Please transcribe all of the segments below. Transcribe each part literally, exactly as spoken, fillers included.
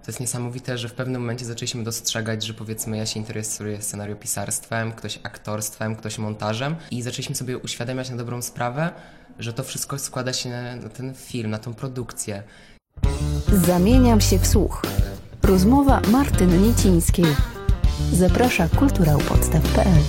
jest niesamowite, że w pewnym momencie zaczęliśmy dostrzegać, że powiedzmy ja się interesuję scenariopisarstwem, ktoś aktorstwem, ktoś montażem i zaczęliśmy sobie uświadamiać na dobrą sprawę, że to wszystko składa się na ten film, na tą produkcję. Zamieniam się w słuch. Rozmowa Martyny Niecińskiej. Zaprasza kulturał podstaw kropka p l.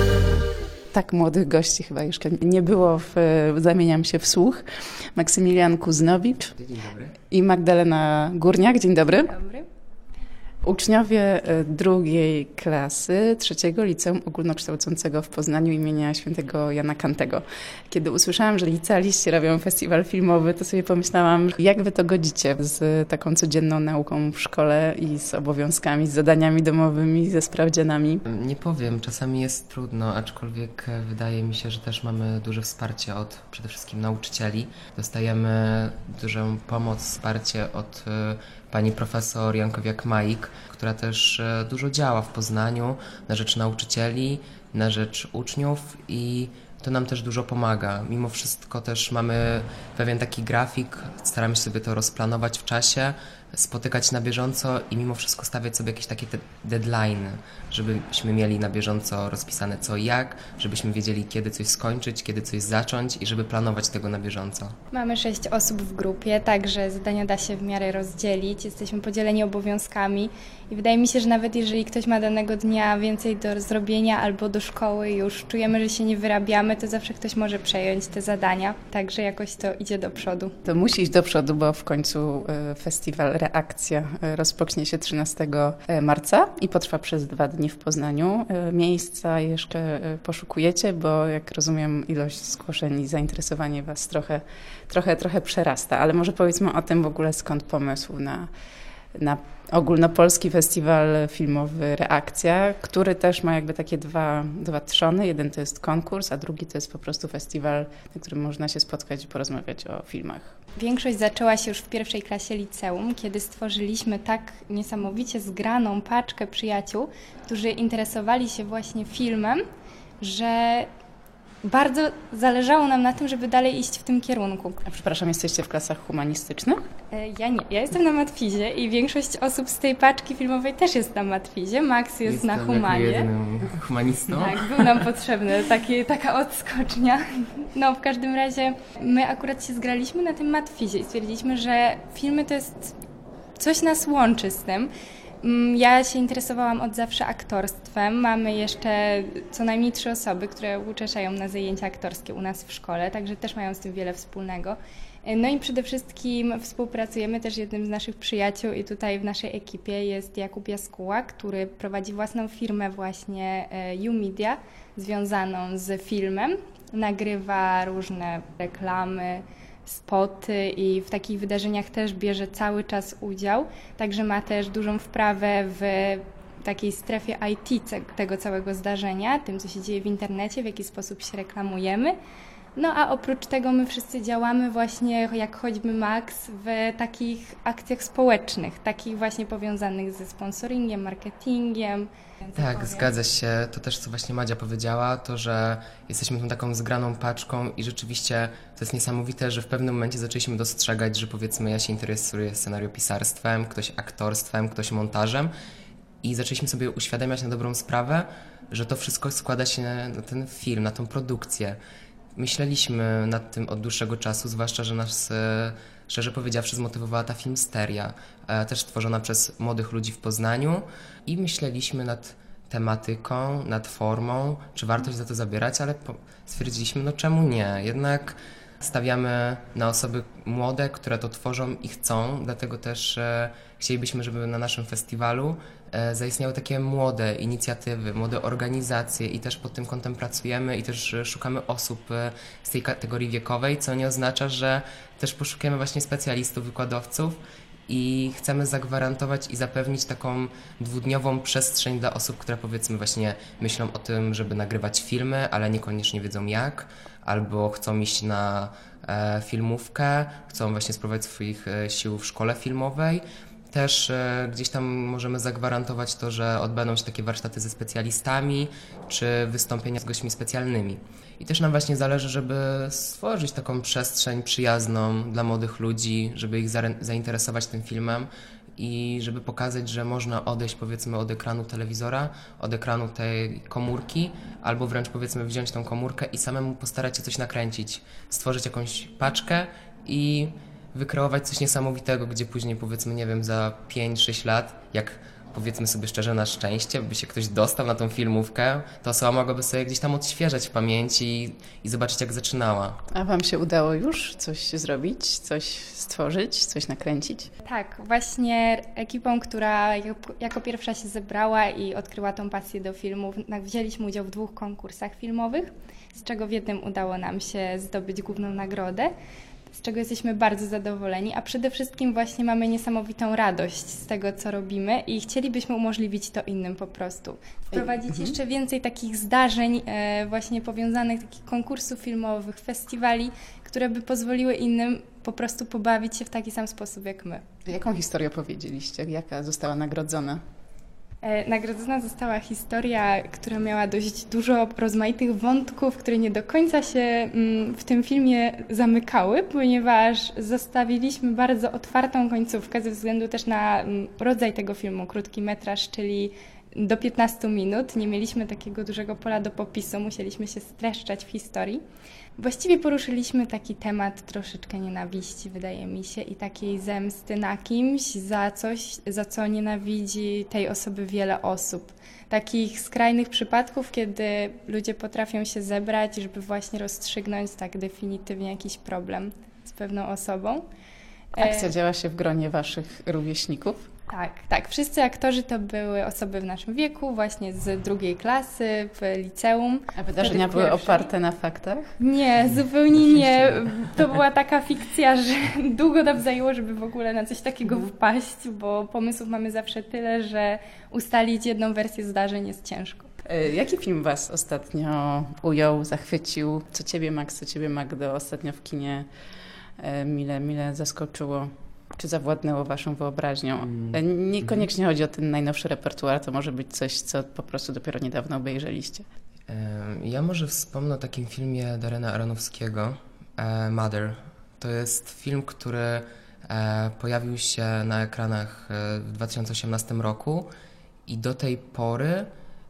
Tak młodych gości chyba jeszcze nie było w Zamieniam się w słuch. Maksymilian Kuznowicz Dzień dobry. I Magdalena Górniak. Dzień dobry. Dzień dobry. Uczniowie drugiej klasy trzeciego Liceum Ogólnokształcącego w Poznaniu imienia Świętego Jana Kantego. Kiedy usłyszałam, że licealiści robią festiwal filmowy, to sobie pomyślałam, jak wy to godzicie z taką codzienną nauką w szkole i z obowiązkami, z zadaniami domowymi, ze sprawdzianami? Nie powiem, czasami jest trudno, aczkolwiek wydaje mi się, że też mamy duże wsparcie od przede wszystkim nauczycieli. Dostajemy dużą pomoc, wsparcie od pani profesor Jankowiak-Majik, która też dużo działa w Poznaniu na rzecz nauczycieli, na rzecz uczniów i to nam też dużo pomaga. Mimo wszystko też mamy pewien taki grafik, staramy się sobie to rozplanować w czasie, spotykać na bieżąco i mimo wszystko stawiać sobie jakieś takie deadline'y, żebyśmy mieli na bieżąco rozpisane co i jak, żebyśmy wiedzieli kiedy coś skończyć, kiedy coś zacząć i żeby planować tego na bieżąco. Mamy sześć osób w grupie, także zadania da się w miarę rozdzielić. Jesteśmy podzieleni obowiązkami i wydaje mi się, że nawet jeżeli ktoś ma danego dnia więcej do zrobienia albo do szkoły już czujemy, że się nie wyrabiamy, to zawsze ktoś może przejąć te zadania, także jakoś to idzie do przodu. To musi iść do przodu, bo w końcu festiwal Reakcja rozpocznie się trzynastego marca i potrwa przez dwa dni w Poznaniu. Miejsca jeszcze poszukujecie, bo jak rozumiem ilość zgłoszeń i zainteresowanie was trochę, trochę, trochę przerasta, ale może powiedzmy o tym w ogóle skąd pomysł na, na ogólnopolski festiwal filmowy Reakcja, który też ma jakby takie dwa, dwa trzony. Jeden to jest konkurs, a drugi to jest po prostu festiwal, na którym można się spotkać i porozmawiać o filmach. Większość zaczęła się już w pierwszej klasie liceum, kiedy stworzyliśmy tak niesamowicie zgraną paczkę przyjaciół, którzy interesowali się właśnie filmem, że bardzo zależało nam na tym, żeby dalej iść w tym kierunku. A przepraszam, jesteście w klasach humanistycznych? Ja nie. Ja jestem na matfizie i większość osób z tej paczki filmowej też jest na matfizie. Max jest Jestem na humanie. jedynym humanistą. Tak, był nam potrzebny taki, taka odskocznia. No w każdym razie my akurat się zgraliśmy na tym matfizie i stwierdziliśmy, że filmy to jest coś nas łączy z tym. Ja się interesowałam od zawsze aktorstwem. Mamy jeszcze co najmniej trzy osoby, które uczęszczają na zajęcia aktorskie u nas w szkole, także też mają z tym wiele wspólnego. No i przede wszystkim współpracujemy też z jednym z naszych przyjaciół i tutaj w naszej ekipie jest Jakub Jaskuła, który prowadzi własną firmę właśnie YouMedia związaną z filmem. Nagrywa różne reklamy, spoty i w takich wydarzeniach też bierze cały czas udział, także ma też dużą wprawę w takiej strefie I T tego całego zdarzenia, tym co się dzieje w internecie, w jaki sposób się reklamujemy. No a oprócz tego my wszyscy działamy właśnie, jak choćby Max, w takich akcjach społecznych, takich właśnie powiązanych ze sponsoringiem, marketingiem. Tak, zgadza się. To też, co właśnie Madzia powiedziała, to, że jesteśmy tą taką zgraną paczką i rzeczywiście to jest niesamowite, że w pewnym momencie zaczęliśmy dostrzegać, że powiedzmy ja się interesuję scenariopisarstwem, ktoś aktorstwem, ktoś montażem i zaczęliśmy sobie uświadamiać na dobrą sprawę, że to wszystko składa się na ten film, na tą produkcję. Myśleliśmy nad tym od dłuższego czasu, zwłaszcza, że nas, szczerze powiedziawszy, zmotywowała ta filmsteria, też stworzona przez młodych ludzi w Poznaniu i myśleliśmy nad tematyką, nad formą, czy warto się za to zabierać, ale stwierdziliśmy, no czemu nie, jednak stawiamy na osoby młode, które to tworzą i chcą, dlatego też chcielibyśmy, żeby na naszym festiwalu zaistniały takie młode inicjatywy, młode organizacje i też pod tym kątem pracujemy i też szukamy osób z tej kategorii wiekowej, co nie oznacza, że też poszukujemy właśnie specjalistów, wykładowców i chcemy zagwarantować i zapewnić taką dwudniową przestrzeń dla osób, które powiedzmy właśnie myślą o tym, żeby nagrywać filmy, ale niekoniecznie wiedzą jak, albo chcą iść na e, filmówkę, chcą właśnie spróbować swoich e, sił w szkole filmowej. Też e, gdzieś tam możemy zagwarantować to, że odbędą się takie warsztaty ze specjalistami, czy wystąpienia z gośćmi specjalnymi. I też nam właśnie zależy, żeby stworzyć taką przestrzeń przyjazną dla młodych ludzi, żeby ich zainteresować tym filmem i żeby pokazać, że można odejść powiedzmy od ekranu telewizora, od ekranu tej komórki, albo wręcz powiedzmy wziąć tą komórkę i samemu postarać się coś nakręcić, stworzyć jakąś paczkę i wykreować coś niesamowitego, gdzie później powiedzmy, nie wiem, za pięć sześć lat, jak powiedzmy sobie szczerze, na szczęście, by się ktoś dostał na tą filmówkę, to osoba mogłaby sobie gdzieś tam odświeżać w pamięci i zobaczyć, jak zaczynała. A wam się udało już coś zrobić, coś stworzyć, coś nakręcić? Tak, właśnie ekipą, która jako- jako pierwsza się zebrała i odkryła tą pasję do filmów, na- wzięliśmy udział w dwóch konkursach filmowych, z czego w jednym udało nam się zdobyć główną nagrodę, z czego jesteśmy bardzo zadowoleni, a przede wszystkim właśnie mamy niesamowitą radość z tego, co robimy i chcielibyśmy umożliwić to innym po prostu. Wprowadzić Mhm. jeszcze więcej takich zdarzeń e, właśnie powiązanych, takich konkursów filmowych, festiwali, które by pozwoliły innym po prostu pobawić się w taki sam sposób jak my. Jaką historię opowiedzieliście? Jaka została nagrodzona? E, Nagrodzona została historia, która miała dość dużo rozmaitych wątków, które nie do końca się mm, w tym filmie zamykały, ponieważ zostawiliśmy bardzo otwartą końcówkę ze względu też na mm, rodzaj tego filmu, krótki metraż, czyli do piętnastu minut. Nie mieliśmy takiego dużego pola do popisu, musieliśmy się streszczać w historii. Właściwie poruszyliśmy taki temat troszeczkę nienawiści, wydaje mi się, i takiej zemsty na kimś za coś, za co nienawidzi tej osoby wiele osób. Takich skrajnych przypadków, kiedy ludzie potrafią się zebrać, żeby właśnie rozstrzygnąć tak definitywnie jakiś problem z pewną osobą. Akcja E, działa się w gronie waszych rówieśników? Tak, tak. Wszyscy aktorzy to były osoby w naszym wieku, właśnie z drugiej klasy, w liceum. A wydarzenia Wtedy były pierwsze. oparte na faktach? Nie, zupełnie nie. To była taka fikcja, że długo nam zajęło, żeby w ogóle na coś takiego wpaść, bo pomysłów mamy zawsze tyle, że ustalić jedną wersję zdarzeń jest ciężko. E, Jaki film was ostatnio ujął, zachwycił? Co ciebie, Max, co ciebie, Magdo, ostatnio w kinie e, mile, mile zaskoczyło? Czy zawładnęło waszą wyobraźnią? E, Niekoniecznie chodzi o ten najnowszy repertuar, to może być coś, co po prostu dopiero niedawno obejrzeliście. Em, Ja może wspomnę o takim filmie Darrena Aronofskiego, e, Mother. To jest film, który e, pojawił się na ekranach e, w dwa tysiące osiemnastym roku i do tej pory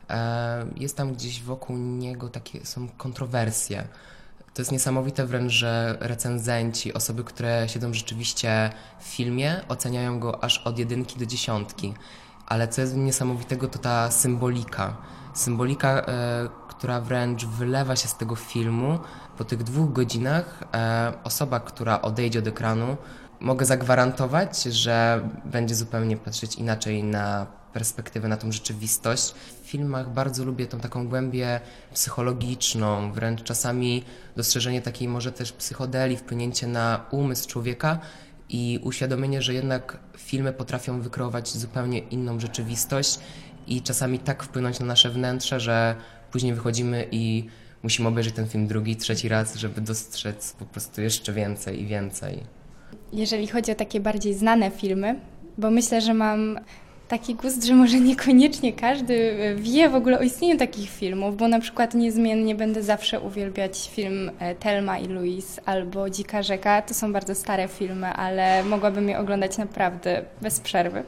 e, jest tam gdzieś wokół niego takie są kontrowersje. To jest niesamowite wręcz, że recenzenci, osoby, które siedzą rzeczywiście w filmie, oceniają go aż od jedynki do dziesiątki. Ale co jest niesamowitego, to ta symbolika. Symbolika, e, która wręcz wylewa się z tego filmu. Po tych dwóch godzinach e, osoba, która odejdzie od ekranu, mogę zagwarantować, że będzie zupełnie patrzeć inaczej na perspektywę, na tą rzeczywistość. W filmach bardzo lubię tą taką głębię psychologiczną, wręcz czasami dostrzeżenie takiej może też psychodelii, wpłynięcie na umysł człowieka i uświadomienie, że jednak filmy potrafią wykreować zupełnie inną rzeczywistość i czasami tak wpłynąć na nasze wnętrze, że później wychodzimy i musimy obejrzeć ten film drugi, trzeci raz, żeby dostrzec po prostu jeszcze więcej i więcej. Jeżeli chodzi o takie bardziej znane filmy, bo myślę, że mam taki gust, że może niekoniecznie każdy wie w ogóle o istnieniu takich filmów, bo na przykład niezmiennie będę zawsze uwielbiać film Thelma i Louise albo Dzika rzeka. To są bardzo stare filmy, ale mogłabym je oglądać naprawdę bez przerwy.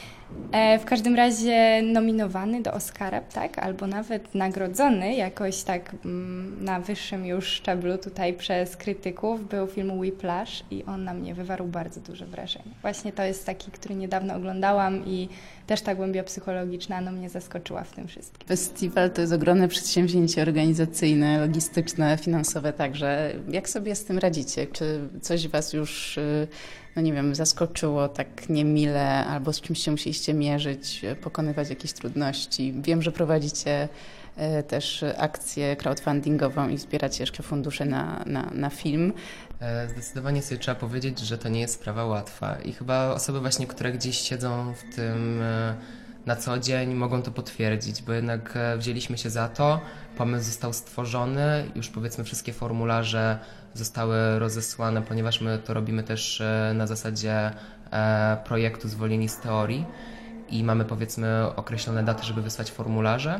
W każdym razie nominowany do Oscara, tak, albo nawet nagrodzony jakoś tak mm, na wyższym już szczeblu tutaj przez krytyków był film Whiplash i on na mnie wywarł bardzo duże wrażenie. Właśnie to jest taki, który niedawno oglądałam i też ta głębia psychologiczna no, mnie zaskoczyła w tym wszystkim. Festiwal to jest ogromne przedsięwzięcie organizacyjne, logistyczne, finansowe także. Jak sobie z tym radzicie? Czy coś was już, no nie wiem, zaskoczyło tak niemile, albo z czymś się musieliście mierzyć, pokonywać jakieś trudności? Wiem, że prowadzicie też akcję crowdfundingową i zbieracie jeszcze fundusze na, na, na film. Zdecydowanie sobie trzeba powiedzieć, że to nie jest sprawa łatwa i chyba osoby właśnie, które gdzieś siedzą w tym na co dzień mogą to potwierdzić, bo jednak wzięliśmy się za to, pomysł został stworzony, już powiedzmy wszystkie formularze zostały rozesłane, ponieważ my to robimy też na zasadzie projektu Zwolnieni z teorii i mamy powiedzmy określone daty, żeby wysłać formularze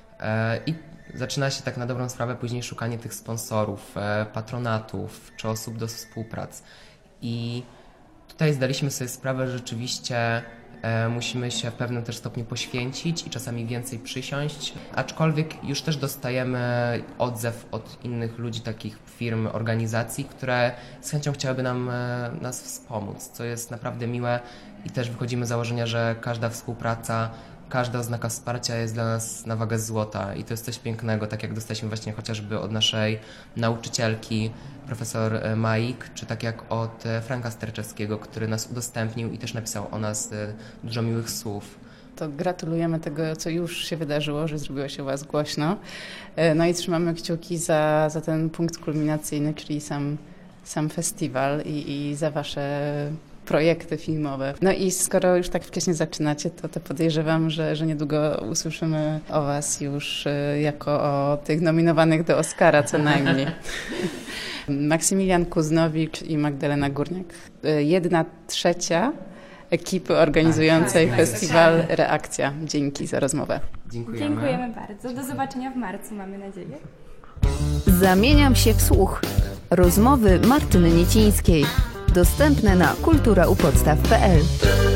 i zaczyna się tak na dobrą sprawę później szukanie tych sponsorów, patronatów czy osób do współprac. I tutaj zdaliśmy sobie sprawę, że rzeczywiście e, musimy się w pewnym też stopniu poświęcić i czasami więcej przysiąść, aczkolwiek już też dostajemy odzew od innych ludzi, takich firm, organizacji, które z chęcią chciałyby nam, e, nas wspomóc, co jest naprawdę miłe i też wychodzimy z założenia, że każda współpraca, każda oznaka wsparcia jest dla nas na wagę złota i to jest coś pięknego, tak jak dostaliśmy właśnie chociażby od naszej nauczycielki, profesor Maik, czy tak jak od Franka Sterczewskiego, który nas udostępnił i też napisał o nas dużo miłych słów. To gratulujemy tego, co już się wydarzyło, że zrobiło się u Was głośno. No i trzymamy kciuki za, za ten punkt kulminacyjny, czyli sam, sam festiwal i, i za Wasze projekty filmowe. No i skoro już tak wcześnie zaczynacie, to, to podejrzewam, że, że niedługo usłyszymy o Was już jako o tych nominowanych do Oscara co najmniej. Maksymilian Kuznowicz i Magdalena Górniak. Jedna trzecia ekipy organizującej tak, tak, festiwal tak. Reakcja. Dzięki za rozmowę. Dziękujemy. Dziękujemy bardzo. Do zobaczenia w marcu, mamy nadzieję. Zamieniam się w słuch. Rozmowy Martyny Niecińskiej. Dostępne na kultura u podstaw kropka p l.